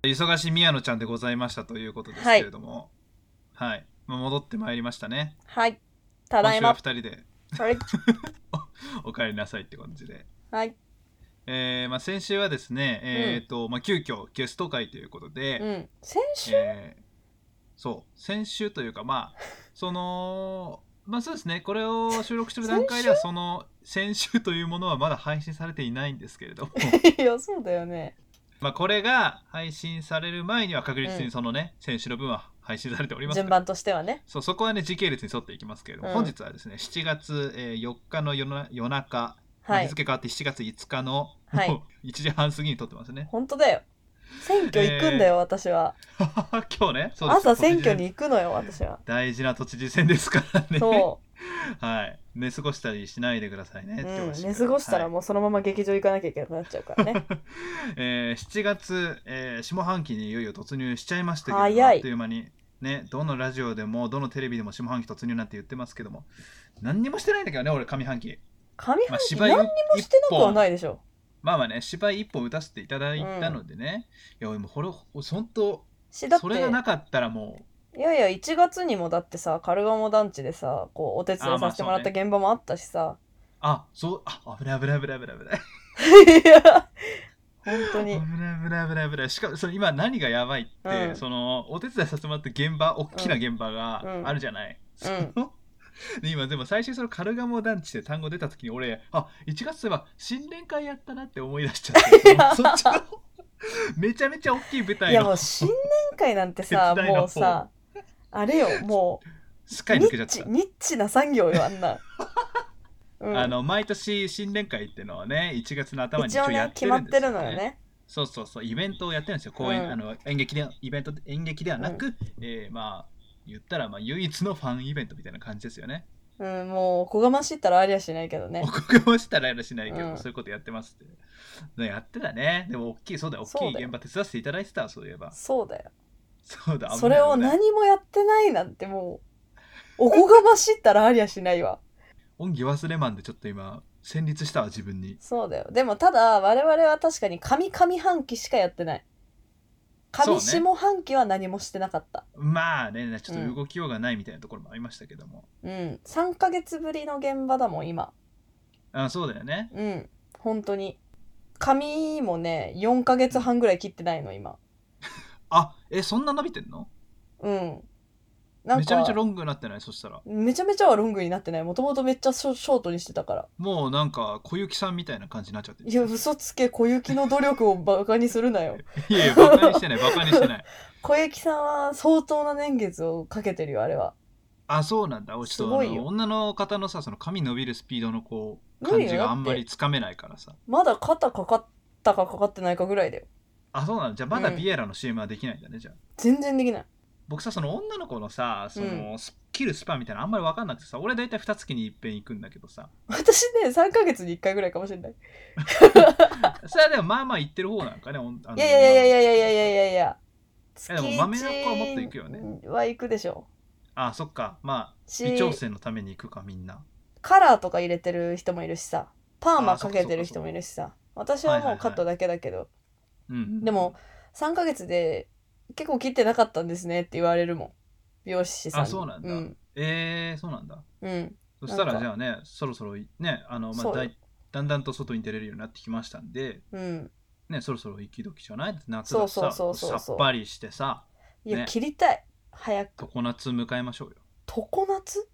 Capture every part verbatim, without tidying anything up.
忙しい宮野ちゃんでございましたということですけれども、はい、はい、まあ、戻ってまいりましたね。 はい、ただいま。 今週はふたりで、はい、お, お帰りなさいって感じで、 はい。 えーまあ、先週はですね、えーとまあ、急遽ゲスト会ということで、 うん、先週、 えー、そう先週というかまあそのまあそうですね、これを収録してる段階ではその先週というものはまだ配信されていないんですけれどもいやそうだよね。 まあこれが配信される前には確実にそのね、うん、先週の分は配信されておりますから、 順番としてはね、 そう、そこはね時系列に沿っていきますけれども、うん、本日はですねしちがつよっかの夜な夜中、はい、まあ、日付変わってしちがついつかの、はい、もういちじはん過ぎに撮ってますね。 本当だよ、選挙行くんだよ、えー、私は今日ね、そうです、 朝選挙に行くのよ私は。 大事な都知事選ですからね。 そうはい寝過ごしたりしないでくださいね、 うん、寝過ごしたらもうそのまま劇場行かなきゃいけなくなっちゃうからね、 えー、しちがつ、えー、下半期にいよいよ突入しちゃいましたけど、あっという間にね、どのラジオでもどのテレビでも下半期突入なんて言ってますけども、何にもしてないんだけどね俺上半期上半期、まあ、何にもしてなくはないでしょ。 まあまあね、芝居一本打たせていただいたのでね、うん、いやもうこれ本当それがなかったらもう、 いやいやいちがつにもだってさカルガモ団地でさこうお手伝いさせてもらった現場もあったしさ、 あ、そう、あ、危ない危ない危ない危ない危ないいや本当に危ない危ない危ない危ない。しかもそれ今何がやばいって、うん、そのお手伝いさせてもらった現場、大きな現場があるじゃない、うんうん、そので今でも最初そのカルガモ団地で単語出た時に俺あいちがつは新年会やったなって思い出しちゃってそっちのめちゃめちゃ大きい舞台の、 いやもう新年会なんてさもうさあれよもうすっかり抜けちゃった。 ニッチな産業よあんな、 うん、あの毎年新年会っていうのはねいちがつの頭に一応やってるんですよね。 一応ね決まってるのよね。 そうそうそうイベントをやってるんですよ、公演、うん、あの演劇でイベント演劇ではなく、うん、えー、まあ言ったらまあ唯一のファンイベントみたいな感じですよね。 うん、もうおこがましいったらありゃしないけどね。 おこがましいったらありゃしないけど、うん、そういうことやってますって。やってたね。でも大きい、そうだよ、大きい現場手伝わせていただいてた、そういえば。 そうだよ。 そうだ、 それを何もやってないなんてもうおこがましいったらありゃしないわ。 恩義忘れマンでちょっと今戦慄したわ自分に。 そうだよ。でもただ我々は確かに上上半期しかやってない。上下半期は何もしてなかった、 ね、まあねちょっと動きようがないみたいなところもありましたけども、 うん、うん、さんかげつぶりの現場だもん今。 あ、そうだよね。 うん本当に髪もねよんかげつはんぐらい切ってないの今あえそんな伸びてんの？ うんなんかめちゃめちゃロングになってない？そしたらめちゃめちゃはロングになってない。もともとめっちゃショートにしてたから。 もうなんか小雪さんみたいな感じになっちゃってる。 いや嘘つけ、小雪の努力をバカにするなよいやいやバカにしてないバカにしてない小雪さんは相当な年月をかけてるよあれは。 あそうなんだ。ちょっとあの女の方のさその髪伸びるスピードのこう感じがあんまりつかめないからさ。 まだ肩かかったかかかってないかぐらいだよ。 あそうなんだ。じゃあまだビエラの シーエム はできないんだね、うん、じゃあ全然できない。 僕さその女の子のさその、うん、切るスパンみたいなのあんまり分かんなくてさ、俺だいたい二月に一遍行くんだけどさ、 私ねさんかげつにいっかいぐらいかもしれないそれはでもまあまあ行ってる方なんかね。 いやいやいやいやいやいやいやいやいやでも豆の子はもっと行くよね。 は行くでしょ。 あそっかまあ微調整のために行くかみんな。 カラーとか入れてる人もいるしさパーマかけてる人もいるしさ、私はもうカットだけだけど、はいはいはい、でもさんかげつで結構切ってなかったんですねって言われるもん美容師さんに。 あそうなんだ、うん、えー、そうなんだ。 うんそしたらじゃあねそろそろねあの、まあ、だ, だんだんと外に出れるようになってきましたんで、 うんね、そろそろ行き時じゃない？夏だしささっぱりしてさ、 いや、ね、切りたい早く。 常夏迎えましょうよ。 常夏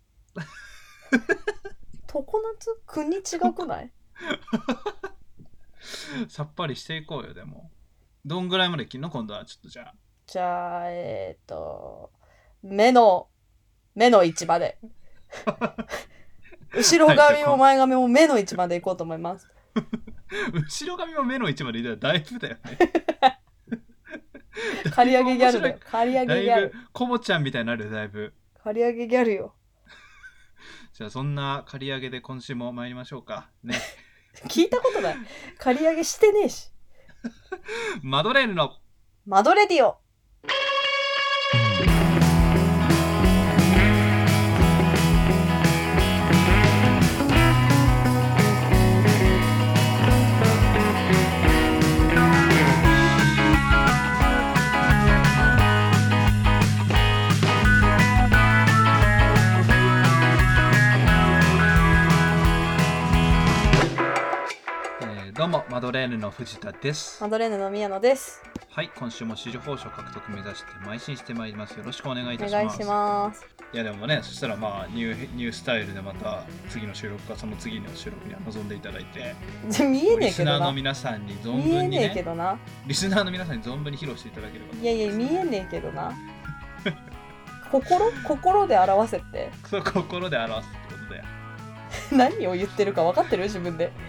常夏国違くないさっぱりしていこうよ。でもどんぐらいまで切るの今度は。ちょっとじゃあじゃあえっ、ー、と目の目の位置まで後ろ髪も前髪も目の位置まで行こうと思います、 はい、後ろ髪も目の位置までいったらだいぶだよね刈り上げギャルだよ。刈り上げギャル。 コモちゃんみたいになるよだいぶ。 刈り上げギャルよ。 じゃあそんな刈り上げで今週も参りましょうかね聞いたことない。刈り上げしてねえしマドレーヌのマドレディオ。 どうもマドレーヌの藤田です。 マドレーヌの宮野です。 はい、今週も支持報酬獲得目指して邁進してまいります。よろしくお願いいたします。 お願いします。 いやでもね、そしたらまあニューニュースタイルでまた次の収録かその次の収録には臨んでいただいて、 見えねえけどな。 リスナーの皆さんに存分に、ね、 見えねえけどな。 リスナーの皆さんに存分に披露していただければ。 いやいや見えねえけどな。心心で表せって。 そう心で表すってことだよ。 何を言ってるか分かってる自分で。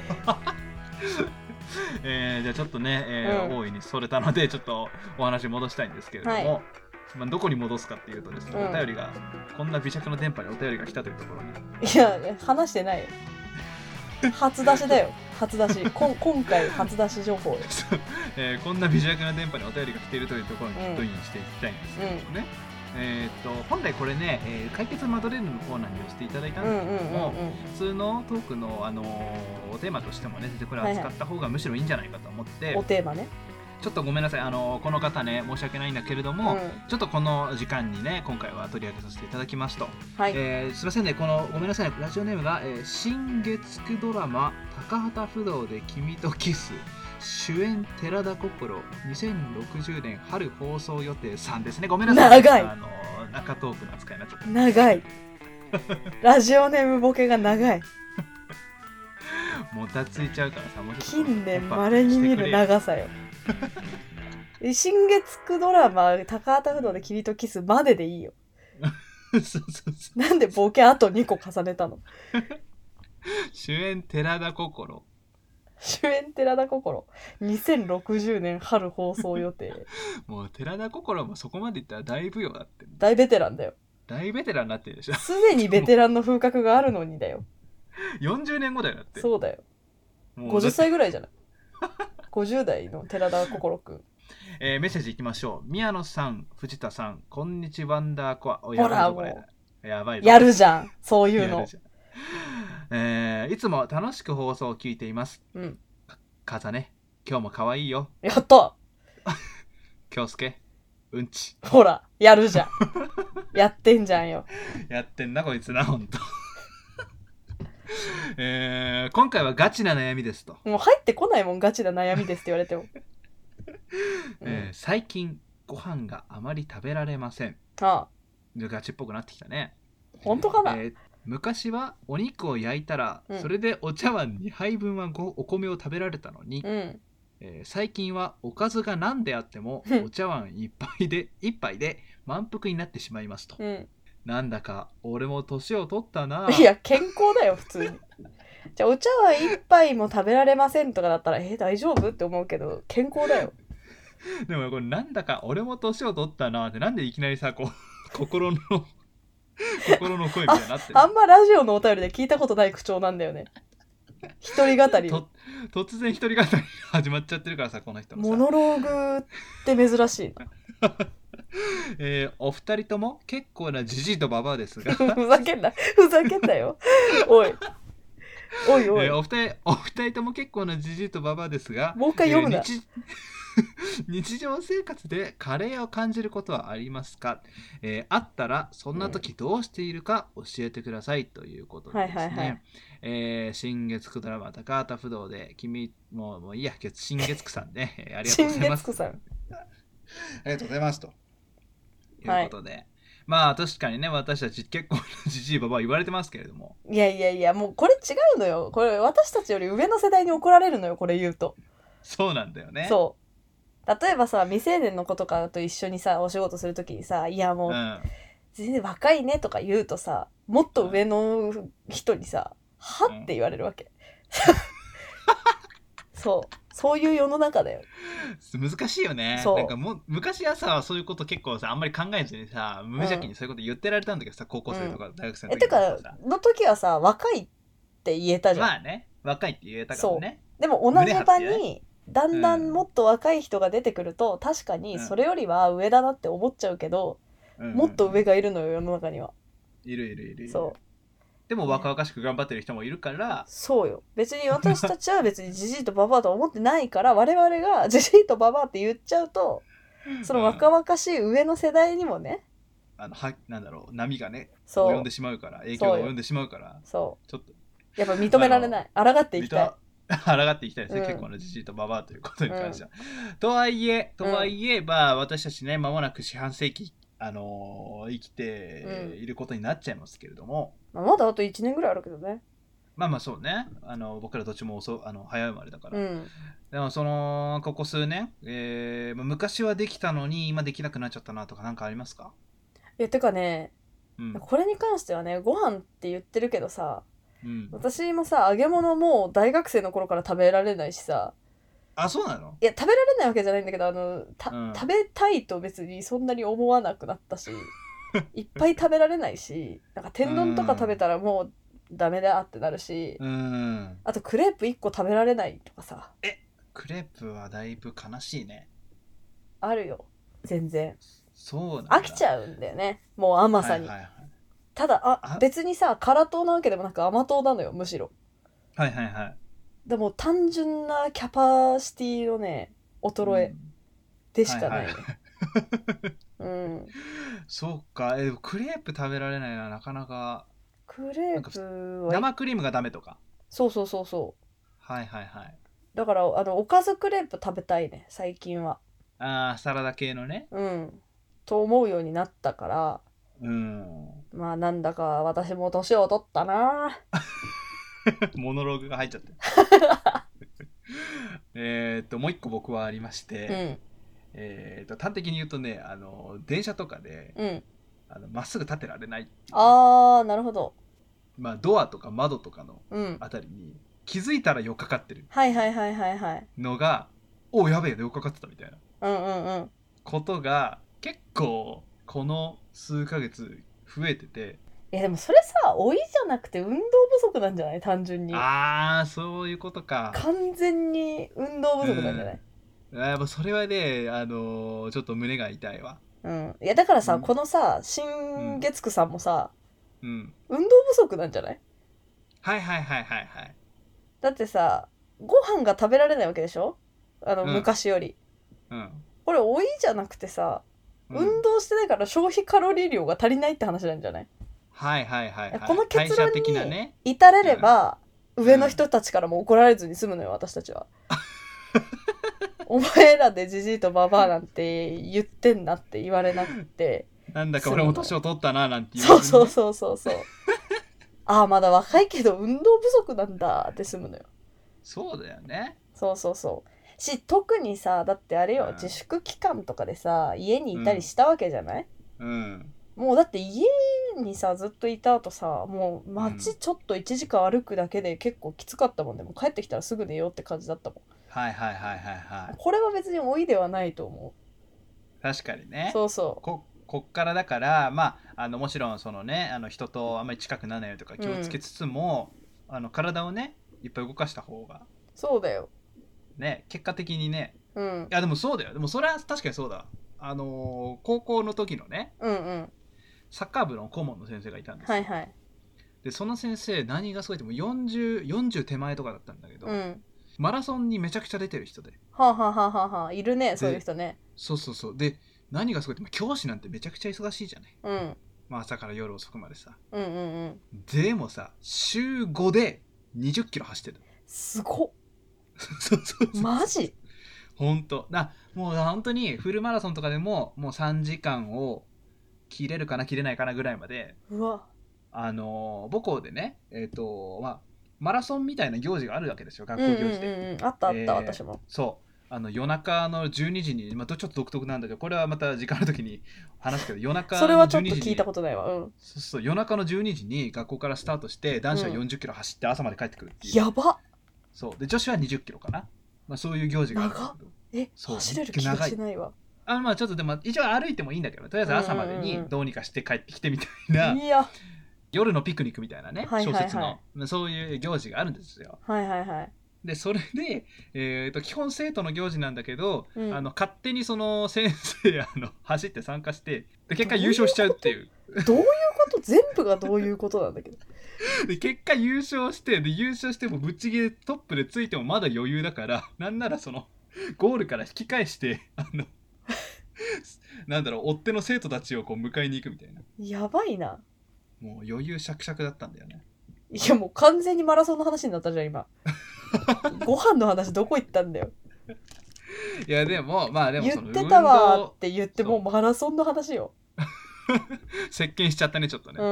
えー、じゃあちょっとね、えーうん、大いにそれたのでちょっとお話戻したいんですけれども、はい、まあ、どこに戻すかっていうとですね、うん、お便りがこんな微弱な電波にお便りが来たというところに、 いや話してないよ。初出しだよ。初出しこ今回初出し情報よ。 えー、こんな微弱な電波にお便りが来ているというところにヒットインしていきたいんですけどね、うんうん、えー、と本来これね、えー、解決マドレーヌのコーナーに寄せていただいたんですけども、普通のトークの、あのー、テーマとしてもねこれ扱った方がむしろいいんじゃないかと思って、はいはい、 おテーマね、 ちょっとごめんなさい、あのー、この方ね申し訳ないんだけれども、うん、ちょっとこの時間にね今回は取り上げさせていただきますと、はい、えー、すいませんね、このごめんなさい、ラジオネームが、えー、新月9ドラマ高畑不動で君とキス主演寺田心にせんろくじゅうねん春放送予定さんですね。ごめんなさい、 長い、 あの中トークの扱いになっちゃった。 長いラジオネームボケが長い。 もたついちゃうからさ、もうちょっと近年まれに見る長さよ。新月9ドラマ高畑不動で君とキスまででいいよ。 そうそうそう、 なんでボケあとにこ重ねたの。 主演寺田心主演寺田心にせんろくじゅうねん春放送予定。 もう寺田心もそこまでいったら大舞踊だって、 大ベテランだよ。 大ベテランになってるでしょ。 すでにベテランの風格があるのにだよ。 よんじゅうねんごだよだって。 そうだよ。ごじゅっさいぐらいじゃない。ごじゅう代の寺田心くん。 えー、メッセージいきましょう。宮野さん、藤田さん、こんにちワンダーコア。 ほらもうやばいぞ。 やるじゃんそういうの。 えー、いつも楽しく放送を聞いています。うん。かざね、今日も可愛いよ。 やった。 京介、うんち。 ほら、やるじゃん。やってんじゃんよ。 やってんなこいつな、ほんと。えー、今回はガチな悩みですと。 もう入ってこないもん、ガチな悩みですって言われても。 えーうん、最近ご飯があまり食べられません。 ああ、 ガチっぽくなってきたね。 本当かな、えー昔はお肉を焼いたら、うん、それでお茶碗にはいぶんはお米を食べられたのに、うん、えー、最近はおかずが何であってもお茶碗いっぱいで一杯で満腹になってしまいますと、うん、なんだか俺も年を取ったな。 いや健康だよ普通に。じゃあお茶碗一杯も食べられませんとかだったらえー、大丈夫って思うけど健康だよ。 でもこれなんだか俺も年を取ったなってなんでいきなりさこう心の心の声みたいになってる。 あ, あんまラジオのお便りで聞いたことない口調なんだよね。一人語りと突然一人語り始まっちゃってるからさこの人のさモノローグって珍しいな。 えー、お二人とも結構なジジイとババアですがふざけんなふざけんなよ。おいおいおい、 えー、お二人お二人とも結構なジジイとババアですが、 もう一回読むな、えー、日, 日常生活でカレーを感じることはありますか、えー、あったらそんな時どうしているか教えてください、うん、ということでですね、はいはいはい、えー、新月9ドラマ高畑不動で君もうもういいや新月9さんね、えー、ありがとうございます。 新月9さんありがとうございますということで、はい、まあ確かにね私たち結構ジジイババア言われてますけれども、 いやいやいやもうこれ違うのよ。これ私たちより上の世代に怒られるのよこれ言うと。 そうなんだよね。 そう例えばさ未成年の子とかと一緒にさお仕事するときにさいやもう、うん、全然若いねとか言うとさもっと上の人にさ、うん、はって言われるわけ。そうそういう世の中だよ。 難しいよね。なんかもう昔はさそういうこと結構さあんまり考えずにさ無邪気にそういうこと言ってられたんだけどさ、うん、高校生とか大学生の時とかさ、うん、えてかの時はさ若いって言えたじゃん。 まあね若いって言えたからね。 でも同じ場にだんだんもっと若い人が出てくると、うん、確かにそれよりは上だなって思っちゃうけど、うん、もっと上がいるのよ世の中には。 いるいるいるいる。 そうでも若々しく頑張ってる人もいるから、ね、 そうよ。別に私たちは別にジジイとババアと思ってないから我々がジジイとババアって言っちゃうとその若々しい上の世代にもね、 あのはなんだろう波がね及んでしまうから影響が及んでしまうからそうちょっとやっぱ認められない。抗っていきたい。 抗っていきたいですね、うん、結構のじじいとババアということに関しては、うん、とはいえとはいえ、うん、まあ私たちね間もなく四半世紀あのー、生きていることになっちゃいますけれども、 うん、まだあといちねんぐらいあるけどね。 まあまあそうね、あの僕らどっちも遅あの早生まれだから、 うん、 でもそのここ数年、えー、昔はできたのに今できなくなっちゃったなとか何かありますか？ いやてかね、うん、これに関してはねご飯って言ってるけどさ、うん、私もさ揚げ物も大学生の頃から食べられないしさ。 あ、そうなの？ いや食べられないわけじゃないんだけど、あのた、うん、食べたいと別にそんなに思わなくなったしいっぱい食べられないし、なんか天丼とか食べたらもうダメだってなるし、うん、あとクレープいっこ食べられないとかさ。 え、クレープはだいぶ悲しいね。 あるよ全然。 そうなんだ。 飽きちゃうんだよねもう甘さに、はいはいはい、ただ あ, あ別にさ辛党なわけでもなく甘党なのよむしろ。 はいはいはい。 でも単純なキャパシティのね衰えでしかないね、うんはいはいうん、 そうか。えクレープ食べられないのはなかなか。 クレープは生クリームがダメとか。 そうそうそうそう。 はいはいはい。 だからあのおかずクレープ食べたいね最近は。 ああサラダ系のね。 うんと思うようになったから、うん、まあなんだか私も年を取ったなモノローグが入っちゃってえっともう一個僕はありまして、うん、えっと端的に言うとねあの電車とかで、うん、あのまっすぐ立てられないっていう。 あーなるほど。 まあドアとか窓とかのあたりに、うん、気づいたらよっかかってるはいはいはいはいはいのがおやべえよっかかってたみたいな、 うんうんうん、 ことが結構この数ヶ月増えてて。 いやでもそれさ老いじゃなくて運動不足なんじゃない単純に。 ああそういうことか。 完全に運動不足なんじゃない、 うん、やっぱそれはねあのー、ちょっと胸が痛いわ。 うん、いやだからさ、うん、このさ新月9さんもさ、うん、運動不足なんじゃない？ はいはいはいはいはい。 だってさご飯が食べられないわけでしょあの、うん、昔より、うん、これ老いじゃなくてさ、うん、運動してないから消費カロリー量が足りないって話なんじゃない？ はいはいはい、はい、 この結論に至れれば、ね、上の人たちからも怒られずに済むのよ私たちはお前らでジジイとババアなんて言ってんなって言われなくてなんだか俺も年を取ったななんて言われる、ね、そうそうそうそうそうああまだ若いけど運動不足なんだって済むのよ。 そうだよね。 そうそうそうし特にさだってあれよ、うん、自粛期間とかでさ家にいたりしたわけじゃない、うん、うんもうだって家にさずっといた後さもう街ちょっといちじかん歩くだけで結構きつかったもんで、もう帰ってきたらすぐ寝ようって感じだったもん。 はいはいはいはいはい。 これは別に老いではないと思う。確かにね。 そうそう。 ここっからだからまああのもちろんそのねあの人とあんまり近くならないよとか気をつけつつも、うん、あの体をねいっぱい動かした方が。 そうだよ。 ね結果的にね。うん。いやでもそうだよ。でもそれは確かにそうだ。あのー、高校の時のね。うんうん。サッカー部の顧問の先生がいたんですよ。はいはい、でその先生何がすごいってもうよんじゅう、よんじゅう手前とかだったんだけど、うん、マラソンにめちゃくちゃ出てる人で、 はあ、はあはあはあ、いるねそういう人ね。 そうそうそう。で何がすごいって教師なんてめちゃくちゃ忙しいじゃない、うんまあ、朝から夜遅くまでさ、うんうんうん、でもさ週ごでにじゅっキロ走ってる。 すごっそうそうそうマジ本当だ。もう本当にフルマラソンとかでももうさんじかんを切れるかな切れないかなぐらいまで、うわあの母校でね、えーとまあ、マラソンみたいな行事があるわけですよ、学校行事で、うんうんうん、 あったあった、えー、私もそうあの夜中のじゅうにじに、まあ、ちょっと独特なんだけどこれはまた時間の時に話すけど夜中のじゅうにじにそれはちょっと聞いたことないわ、うん、 そうそう夜中のじゅうにじに学校からスタートして男子はよんじゅっキロ走って朝まで帰ってくるっていう、 うん、やばそうで女子はにじゅっキロかな、まあ、そういう行事があるんだけどえそう走れる気がしないわ。 あまあちょっとでも一応歩いてもいいんだけどとりあえず朝までにどうにかして帰ってきてみたいな、うんうんうん、いや夜のピクニックみたいなね、はいはいはい、小説のそういう行事があるんですよ。 はいはいはい。 でそれで、えー、と基本生徒の行事なんだけど、うん、あの勝手にその先生あの走って参加してで結果優勝しちゃうっていう。 どういうこと全部がどういうことなんだけどで結果優勝してで優勝してもぶっちぎりトップでついてもまだ余裕だからなんならそのゴールから引き返してあのなんだろう追っ手の生徒たちをこう迎えに行くみたいな。 やばいな。 もう余裕しゃくしゃくだったんだよね。 いやもう完全にマラソンの話になったじゃん今ご飯の話どこ行ったんだよ。 いやでもまあでもその言ってたわって言ってもうマラソンの話よ。 接近しちゃったねちょっとね。 うん。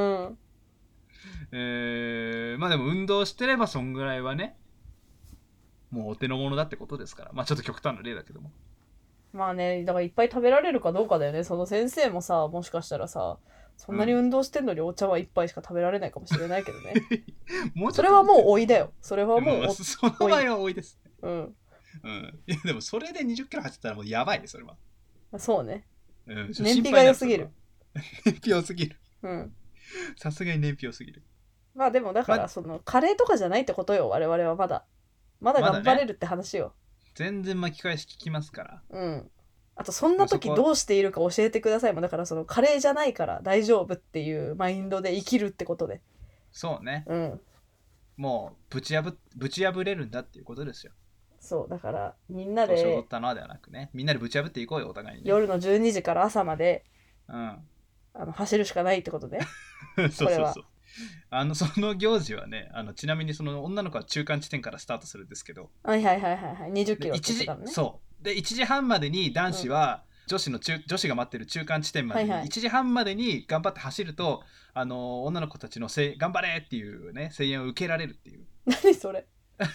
えー、まあでも運動してればそんぐらいはねもうお手の物だってことですから、まあちょっと極端な例だけども。 まあね、だからいっぱい食べられるかどうかだよね。その先生もさ、もしかしたらさ、そんなに運動してんのにお茶はいっぱいしか食べられないかもしれないけどね。もうそれはもう老いだよ。それはもうその場合は老いです、 ね。うん。 うん。いやでもそれでにじゅっキロ走ったらもうやばいねそれは。 そうね。 うん、 燃費が良すぎる。 燃費良すぎる。 うん。 さすがに燃費良すぎる。 まあでもだからその、ま、カレーとかじゃないってことよ我々はまだ。まだ頑張れるって話よ。 まね、全然巻き返し聞きますから。 うん。あとそんな時どうしているか教えてくださいも。だからそのカレーじゃないから大丈夫っていうマインドで生きるってことで。 そうね。 うん。 もうぶち破ぶち破れるんだっていうことですよ。 そうだからみんなで。 年を取ったのではなくね、みんなでぶち破っていこうよお互いに、ね。 夜のじゅうにじから朝まで、 うん、 あの走るしかないってことね。 そうそうそう。あのその行事はね、あのちなみにその女の子は中間地点からスタートするんですけど、 はいはいはいはいはい、にじゅっキロって言ってたのね。 そうでいちじはんまでに男子は、うん、女子の中女子が待ってる中間地点までに、はいはい、いちじはんまでに頑張って走ると、あの女の子たちのせ頑張れっていうね声援を受けられるっていう。 何それ。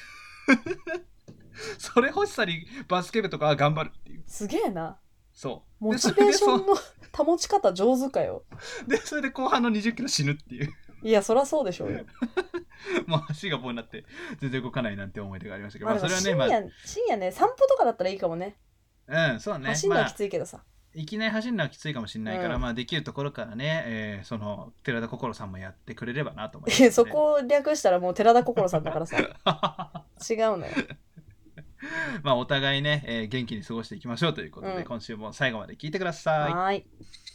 それ欲しさにバスケ部とかは頑張るっていう。 すげえな。 そうモチベーションの保ち方上手かよ。 でそれで後半のにじゅっキロ死ぬっていう。 いやそりゃそうでしょうよ。 もう足が棒になって全然動かないなんて思い出がありましたけど、まあ、 それはね、深夜、まあ、深夜ね散歩とかだったらいいかもね。 うんそうね。 走るのはきついけどさ、まあ、いきなり走るのはきついかもしれないから、うん、まあできるところからね、えー、その寺田心さんもやってくれればなと思います、ね。 そこを略したらもう寺田心さんだからさ。違うのよ。 まあお互いね、えー、元気に過ごしていきましょうということで、うん、今週も最後まで聞いてください。 はい。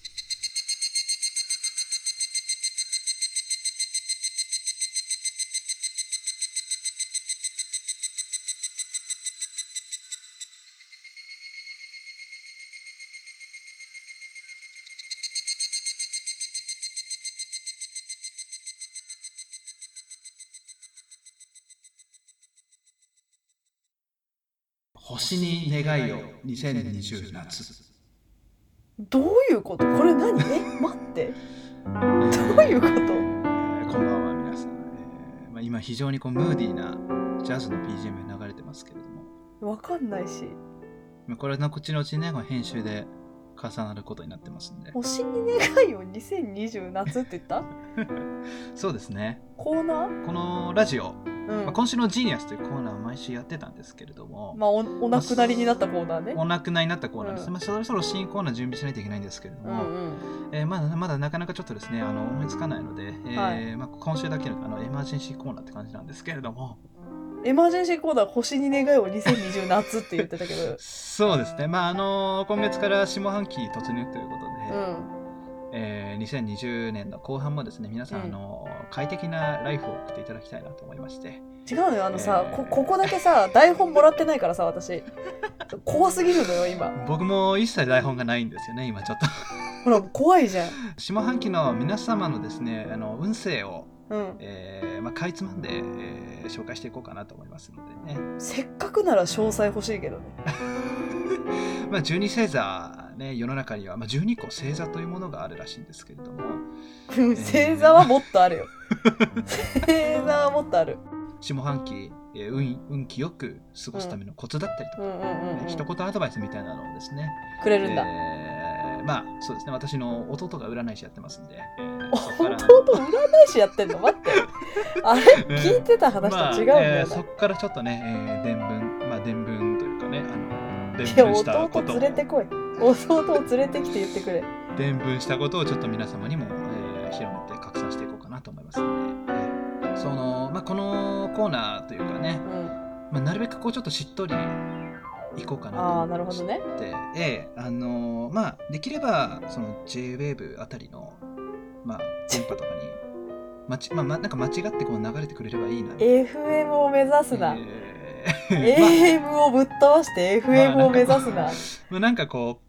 星に願いをにせんにじゅう夏。 どういうこと？これ何？え、待って。どういうこと？えー、こんばんは皆さん。えーまあ、今非常にこうムーディーなジャズの ビージーエム 流れてますけれども。 わかんないし。 これの後々ね、編集で重なることになってますんで。 星に願いをにせんにじゅう夏って言った？ そうですね。 コーナー？ このラジオ。 うんまあ、今週のジーニアスというコーナーを毎週やってたんですけれども、 まあ、お, お亡くなりになったコーナーね。 お亡くなりになったコーナーです、うん、まあ、そろそろ新コーナー準備しないといけないんですけれども、うんうんえー、まだまだなかなかちょっとですねあの思いつかないので、えーはいまあ、今週だけのあのエマージェンシーコーナーって感じなんですけれども、 エマージェンシーコーナー星に願いをにせんにじゅう夏って言ってたけどそうですね、まああのー、今月から下半期突入ということで、 うんえー、にせんにじゅうねんの後半もですね皆さん、うん、あの快適なライフを送っていただきたいなと思いまして。 違うのよあのさ、えー、こ, ここだけさ台本もらってないからさ私怖すぎるのよ今。 僕も一切台本がないんですよね今ちょっとほら怖いじゃん。 下半期の皆様のですねあの運勢を、 うんえーまあ、かいつまんで、えー、紹介していこうかなと思いますのでね。 せっかくなら詳細欲しいけどねまあじゅうに星座ね世の中には、まあ、じゅうにこ星座というものがあるらしいんですけれども星座はもっとあるよ星座はもっとある。 下半期、えー、運, 運気よく過ごすためのコツだったりとか、うんうんうんうん、一言アドバイスみたいなのをですねくれるんだ、 えー、まあそうですね私の弟が占い師やってますんで、えー、 弟占い師やってんの待ってあれ、ね、聞いてた話と違うんだよな、まあえー、 そっからちょっとね、えー、伝聞まあ伝聞というかねあの伝聞したことを弟連れてこい弟を連れてきて言ってくれ。 伝聞したことをちょっと皆様にも、えー、広めて拡散していこうかなと思いますので、えー、そのまあこのコーナーというかね、 うんまあ、なるべくこうちょっとしっとりいこうかなと思って。 あ、なるほどね。 えー、あのー、まあできればその ジェイウェーブ あたりのまあ電波とかにまちまあなんか間違ってこう流れてくれればいいな。 エフエム を目指すな。 えーエーエム をぶっ飛ばして エフエム を目指すな。 まあなんかこう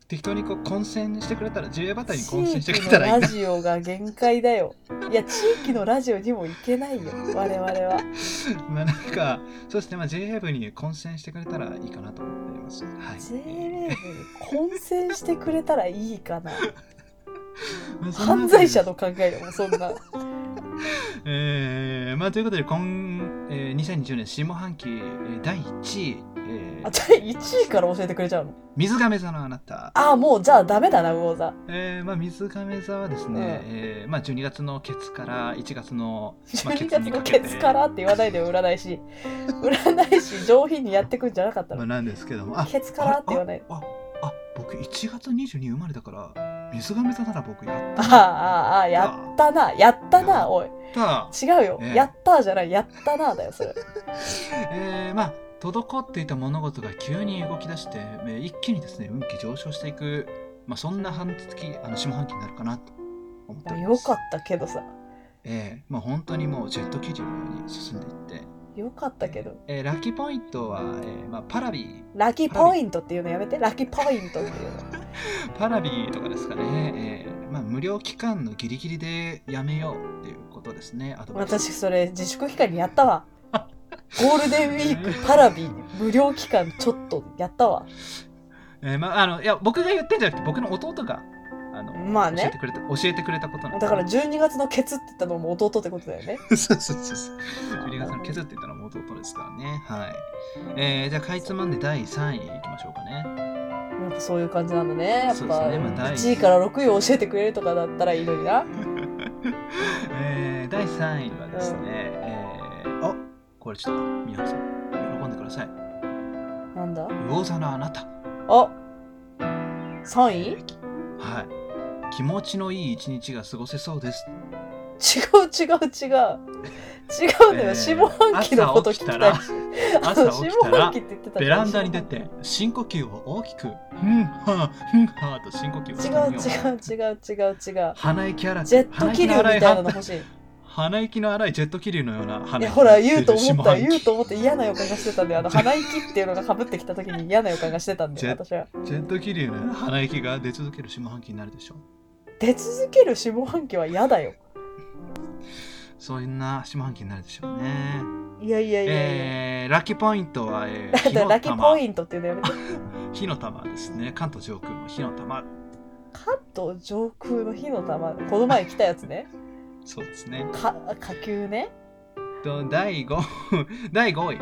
適当にこう混戦してくれたら ジェイエー バターに混戦してくれたらいいな。 地域のラジオが限界だよ。いや地域のラジオにもいけないよ我々は。 まあなんかそうですね、まあ、ジェイエー 部に混戦してくれたらいいかなと思っています、はい、 ジェイエー 部に混戦してくれたらいいかな。犯罪者の考えでもそんな。 えー、まあということで今、えー、にせんにじゅうねん下半期、えー、だいいちい、えー、あだいいちいから教えてくれちゃうの。 水亀座のあなた。 ああもうじゃあダメだな魚座。 えー、まあ水亀座はですね、うん、えー、まあじゅうにがつのケツからいちがつの、 まあ、じゅうにがつのケツからって言わないでよ占い師。占い師上品にやってくんじゃなかったの。 まあなんですけども、あケツからって言わない。 ああああ僕いちがつにじゅうに生まれだから水亀座なら僕やったな。ああああやったなやったなおい。違うよ、えー、やったーじゃないやったなだよそれ。 えー、まあ滞っていた物事が急に動き出して、えー、一気にですね運気上昇していく、まあ、そんな半月あの下半期になるかなと思っております。 よかったけどさ、 えーまあ、本当にもうジェット気流のように進んでいってよかったけど、 えー、ラッキーポイントは、えーまあ、パラビーラッキーポイントっていうのやめて。ラッキーポイントっていうのパラビーとかですかね、えーまあ、無料期間のギリギリでやめようっていうことですね。あと私それ自粛期間にやったわ。ゴールデンウィークパラビ無料期間ちょっとやったわ。 えーまあ、あのいや僕が言ってんじゃなくて僕の弟があの、 まあね、 教えてくれた教えてくれたことなんだからじゅうにがつのケツって言ったのも弟ってことだよね。 そうそうそうそう。じゅうにがつのケツって言ったのも弟ですからね。はい。えー、じゃあかいつまんでだいさんいいきましょうかね。 やっぱそういう感じなんだね。やっぱ、 ね、まあ、 いちいからろくいを教えてくれるとかだったらいいのにな。 えー、だいさんいはですね、うん、えー、あこれちょっと宮野さん喜んでください。 なんだ魚座のあなた。 あさんい、 えー、はい。気持ちのいい一日が過ごせそうです。 違う違う違う違うのよ、えー、下半期のこと聞きたいし。 朝起きたらベランダに出て深呼吸を大きくふんはふんはと深呼吸をしてみよう。 違う違う違う違う違う。 鼻息荒くジェット気流みたいなの欲しい。 鼻息の荒いジェット気流のような鼻息。 いやほら言うと思った言うと思って嫌な予感がしてたんで、あの鼻息っていうのが被ってきた時に嫌な予感がしてたんで私は。 ジェット気流の鼻息が出続ける下半期になるでしょう。 出続ける下半期は嫌だよ。 そんな下半期になるでしょうね。 いやいやいやいや、 えー、ラッキーポイントは、えー、 火の玉。ラッキーポイントっていうのやめて。 火の玉ですね。関東上空の火の玉。 関東上空の火の玉、この前来たやつね。 そうですね。 か火球ね。 とだいごだいごい、 うん、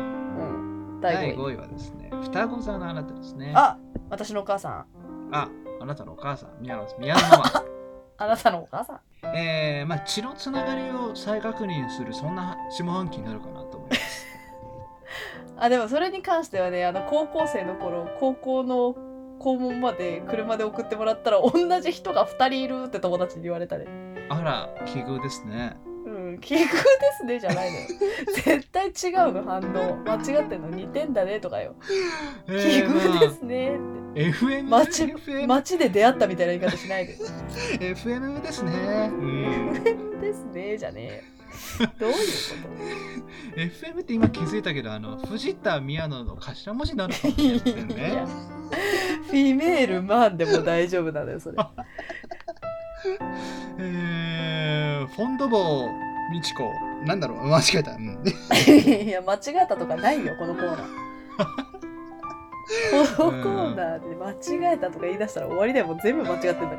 だいごいはですね、双子座のあなたですね。 あ、私のお母さん。 あ、あなたのお母さん、宮野宮野ママ。 あなたのお母さん。 えー、まあ血のつながりを再確認するそんな下半期になるかなと思います。 あ、でもそれに関してはね、あの高校生の頃、高校の校門まで車で送ってもらったら同じ人がふたりいるって友達に言われたね。 あら、奇遇ですね。 うん、奇遇ですねじゃないのよ。絶対違うの反応。間違ってんの似てんだねとかよ。えー、奇遇ですねって。 エフエム街, 街で出会ったみたいな言い方しないで。 エフエム ですね。 うん、エフエム ですねじゃねえ。どういうこと？ エフエム って今気づいたけど、あの藤田宮野の頭文字なのかもしれませんね。 フィメールマンでも大丈夫なのよそれ。 えー、フォンドボーみちこなんだろう間違えた。うん、 いや間違えたとかないよこのコーナー。このコーナーで間違えたとか言い出したら終わりだよ。もう全部間違ってんだから。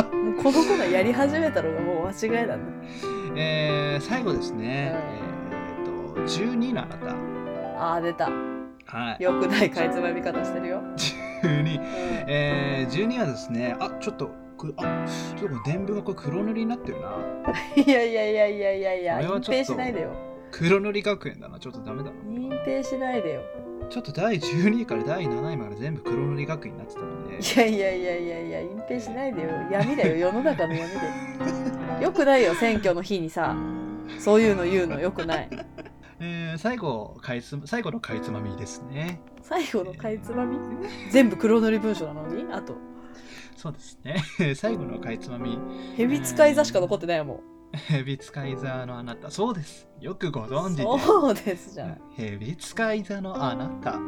もうこのコーナーやり始めたのがもう間違いなんだ。 えー、最後ですね。うん、えー、っとじゅうにのあなた。 あー出た。 はい。 よくないかいつまみ方してるよ。 じゅうに、うん、えー、じゅうにはですね。あちょっとあちょっと伝聞がこれ黒塗りになってるな。 いやいやいやいやいやいや、隠蔽しないでよ。 黒塗り学園だな。ちょっとダメだな。 隠蔽しないでよ。 ちょっとだいじゅうにいからだいなないまで全部黒塗り学園になってたので。 いやいやいやいやいや、隠蔽しないでよ。闇だよ、世の中の闇で。よくないよ、選挙の日にさ、そういうの言うのよくない。 えー、最後かいつ最後のかいつまみですね。 最後のかいつまみ、えー、全部黒塗り文書なのにあと。 そうですね。最後のかいつまみ。 蛇使い座しか残ってないよ、もう。 蛇使い座のあなた。そうです。よくご存知で。 そうですじゃん。 蛇使い座のあなた。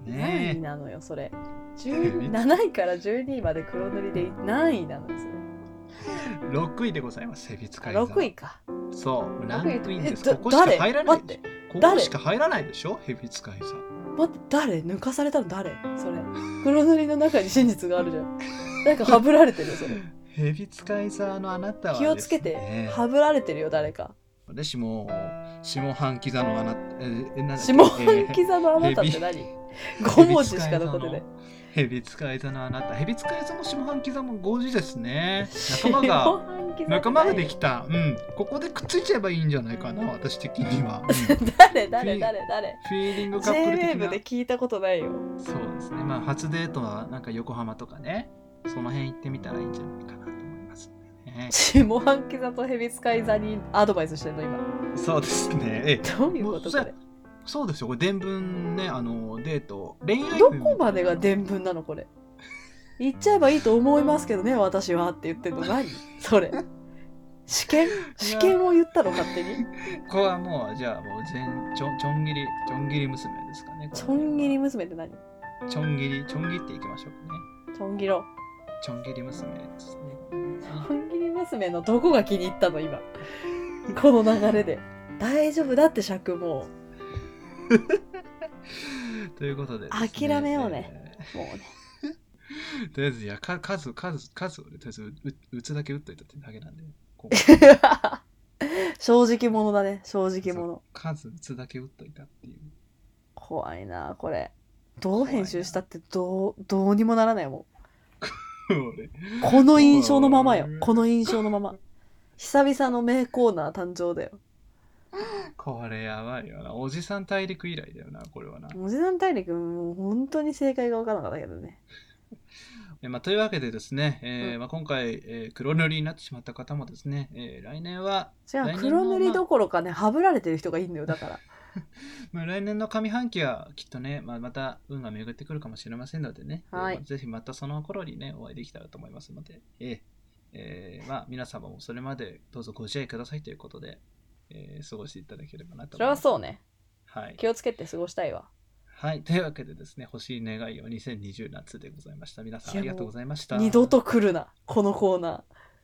ね。 何位なのよそれ。なないからじゅうにいまで黒塗りで何位なのよそれ。 ろくいでございます。蛇使い座。 ろくいか。 そうランクインです。ここしか入らない。ここしか入らないでしょ蛇使い座。 待って誰抜かされたの誰それ。黒塗りの中に真実があるじゃん。なんかはぶられてるよそれ。 蛇使い座のあなたはですね、 気をつけてはぶられてるよ誰か。 私も下半期座のあなた、えー、 下半期座のあなたって何？ごもじしか残ってない。 蛇使い座のあなた。蛇使い座も下半期座もごじですね。仲間が仲間ができた。うん。ここでくっついちゃえばいいんじゃないかな私的には。うん、 誰誰誰誰。 フィーリングカップル的な。 ジェイウェーブで聞いたことないよ。 そうですね。まあ初デートはなんか横浜とかね。その辺行ってみたらいいんじゃないかなと思いますね。 下半期座と蛇使い座にアドバイスしてるの今。 そうですね。えどういうことこれ。 そうですよ。これ伝聞ね、あのデート恋愛どこまでが伝聞なのこれ。言っちゃえばいいと思いますけどね私はって言ってるの何それ。試験試験を言ったの勝手に。 これはもうじゃあもう全ちょちょん切りちょん切り娘ですかね。 ちょん切り娘って何？ ちょん切りちょん切っていきましょうかね。 ちょん切ろ。 ちょん切り娘ですね。 ちょん切り娘のどこが気に入ったの今。この流れで大丈夫だって尺もう。 ということで、ね、 諦めようね、えー、もうね。 とりあえずいやか数数数を、ね、とりあえず 打, 打つだけ打っといたってだけなんで。ここ正直者だね正直者。 数打つだけ打っといたっていう。 怖いなこれ。どう編集したってどうどうにもならないもん。この印象のままよ。この印象のまま。久々の名コーナー誕生だよ。 これやばいよな。おじさん大陸以来だよなこれはな。 おじさん大陸もう本当に正解が分からなかったけどね。 えまあ、というわけでですね、えーうんまあ、今回、えー、黒塗りになってしまった方もですね、えー、来年はじゃあ黒塗りどころかね、まあ、はぶられてる人がいいんだよだからまあ来年の上半期はきっとね、まあ、また運が巡ってくるかもしれませんのでね、はい、えー、ぜひまたその頃にねお会いできたらと思いますので、えーえーまあ、皆様もそれまでどうぞご自愛くださいということで、えー、過ごしていただければなと思います。 それはそうね、 はい、 気をつけて過ごしたいわ。 はい、というわけでですね、欲しい願いをにせんにじゅう夏でございました。皆さんありがとうございました。 二度と来るなこのコーナー。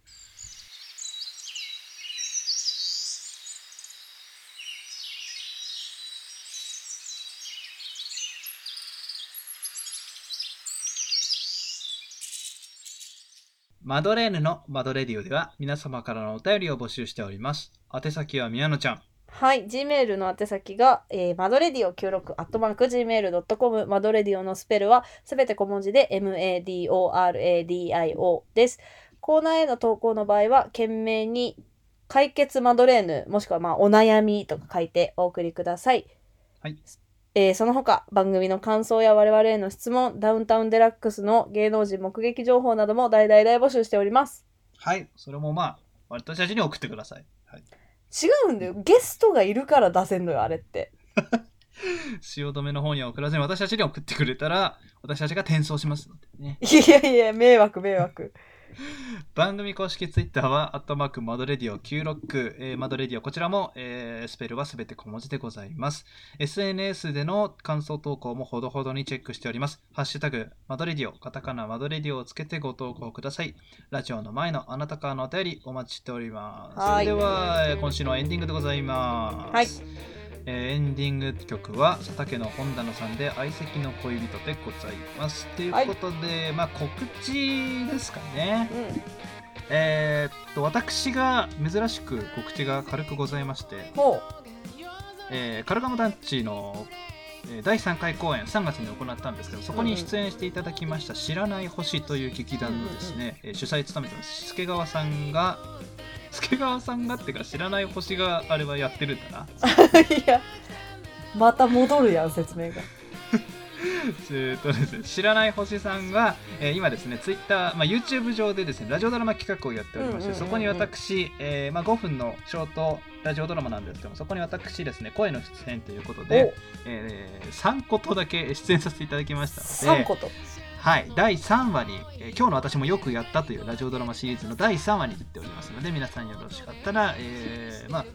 マドレーヌのマドレディオでは皆様からのお便りを募集しております。宛先は宮野ちゃん。 はい、Gmail の宛先が、えー、マドレディオきゅうじゅうろく アットマーク ジーメールドットコム、マドレディオのスペルはすべて小文字で エムエーディーオーアールエーディーアイオー です。コーナーへの投稿の場合は懸命に解決マドレーヌもしくはまあお悩みとか書いてお送りください。 はい。 えー、その他番組の感想や我々への質問、ダウンタウンデラックスの芸能人目撃情報なども大大大募集しております。 はい、それもまあ私たちに送ってください。はい、 違うんだよ、ゲストがいるから出せんのよあれって。 汐留の方には送らずに私たちに送ってくれたら私たちが転送しますのでね。 いやいや迷惑迷惑。 番組公式ツイッターはアットマークマドレディオきゅうじゅうろく、えー、マドレディオこちらも、えー、スペルはすべて小文字でございます。 エスエヌエス での感想投稿もほどほどにチェックしております。ハッシュタグマドレディオ、カタカナマドレディオをつけてご投稿ください。ラジオの前のあなたからのお便りお待ちしております。それでは今週のエンディングでございます。はい、えー、エンディング曲は佐竹の本棚さんで相席の恋人でございますということで、はい、まあ告知ですかね、うん、えー、っと私が珍しく告知が軽くございまして、えー、カルガモ団地のだいさんかい公演さんがつに行ったんですけど、そこに出演していただきました知らない星という劇団のですね、うんうん、主催務めてます助川さんが助川さんがってか知らない星があれはやってるんだな。 いやまた戻るやん説明が。 えっとですね、知らない星さんは、えー、今ですねツイッター、まあ、YouTube 上でですねラジオドラマ企画をやっておりまして、そこに私、えーまあ、ごふんのショートラジオドラマなんですけども、そこに私ですね声の出演ということで、えー、さんことだけ出演させていただきましたので、 さんことはい、だいさんわに、えー、今日の私もよくやったというラジオドラマシリーズのだいさんわに出ておりますので、皆さんよろしかったら、えーまあ、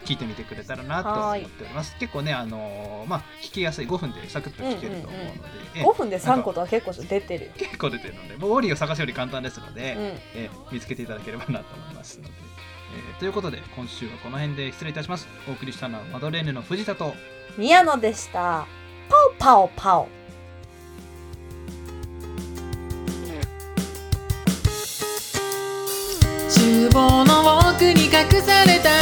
聞いてみてくれたらなと思っております。結構ね、あのー、まあ聞きやすい、ごふんでサクッと聞けると思うので、うんうんうん、 ごふんでさんことは結構出てる結構出てるので、もうウォーリーを探すより簡単ですので、うん、え見つけていただければなと思いますので、えー、ということで今週はこの辺で失礼いたします。お送りしたのはマドレーヌの藤田と宮野でした。パオパオパオ。 厨房の奥に隠された